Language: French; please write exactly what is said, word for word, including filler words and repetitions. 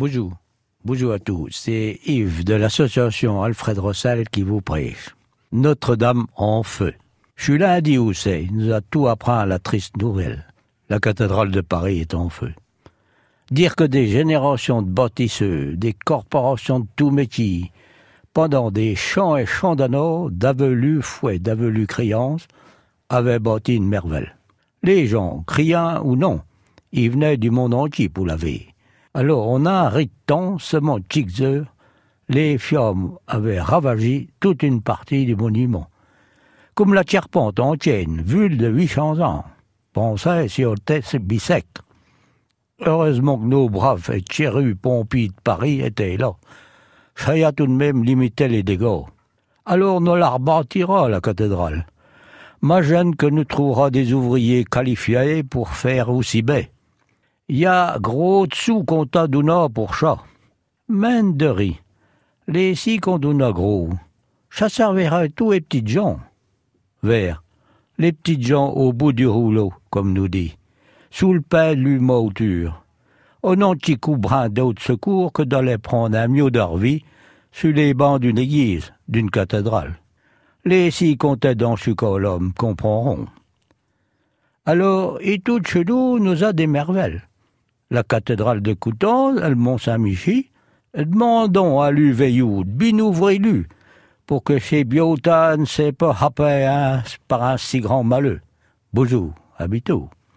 Bonjour. Bonjour à tous. C'est Yves de l'association Alfred Rossel qui vous prêche. Notre-Dame en feu. Je suis lundi où c'est. Il nous a tout appris à la triste nouvelle. La cathédrale de Paris est en feu. Dire que des générations de bâtisseurs, des corporations de tout métier, pendant des champs et champs d'anneaux, d'avelus fouets, d'avelus criances, avaient bâti une merveille. Les gens, criant ou non, ils venaient du monde entier pour la veille. Alors on a un riz de temps, seulement quelques heures, les flammes avaient ravagé toute une partie du monument. Comme la charpente ancienne, vue de huit cents ans. Pensez si on était bisec. Heureusement que nos braves et chérus pompiers de Paris étaient là. Ça y a tout de même limité les dégâts. Alors nous la rebâtira, la cathédrale. Imagine que nous trouvera des ouvriers qualifiés pour faire aussi bien. Il y a gros dessous qu'on t'a donné pour ça. Mène de riz. Les si qu'on donne gros, ça servira tous les petites gens. Vert. Les petites gens au bout du rouleau, comme nous dit. Sous le pain de l'humour. On n'en petit coup brin d'autres secours que d'aller prendre un mieux d'arvie sur les bancs d'une église, d'une cathédrale. Les si comptaient dans ce cas l'homme comprendront. Alors, et tout chez nous nous a des merveilles. La cathédrale de Coutances, le Mont-Saint-Michel, demandons à l'Uveillou de bien ouvrir-lui pour que ces biotanes ne soient pas happés hein, par un si grand malheur. Bonjour, à bientôt.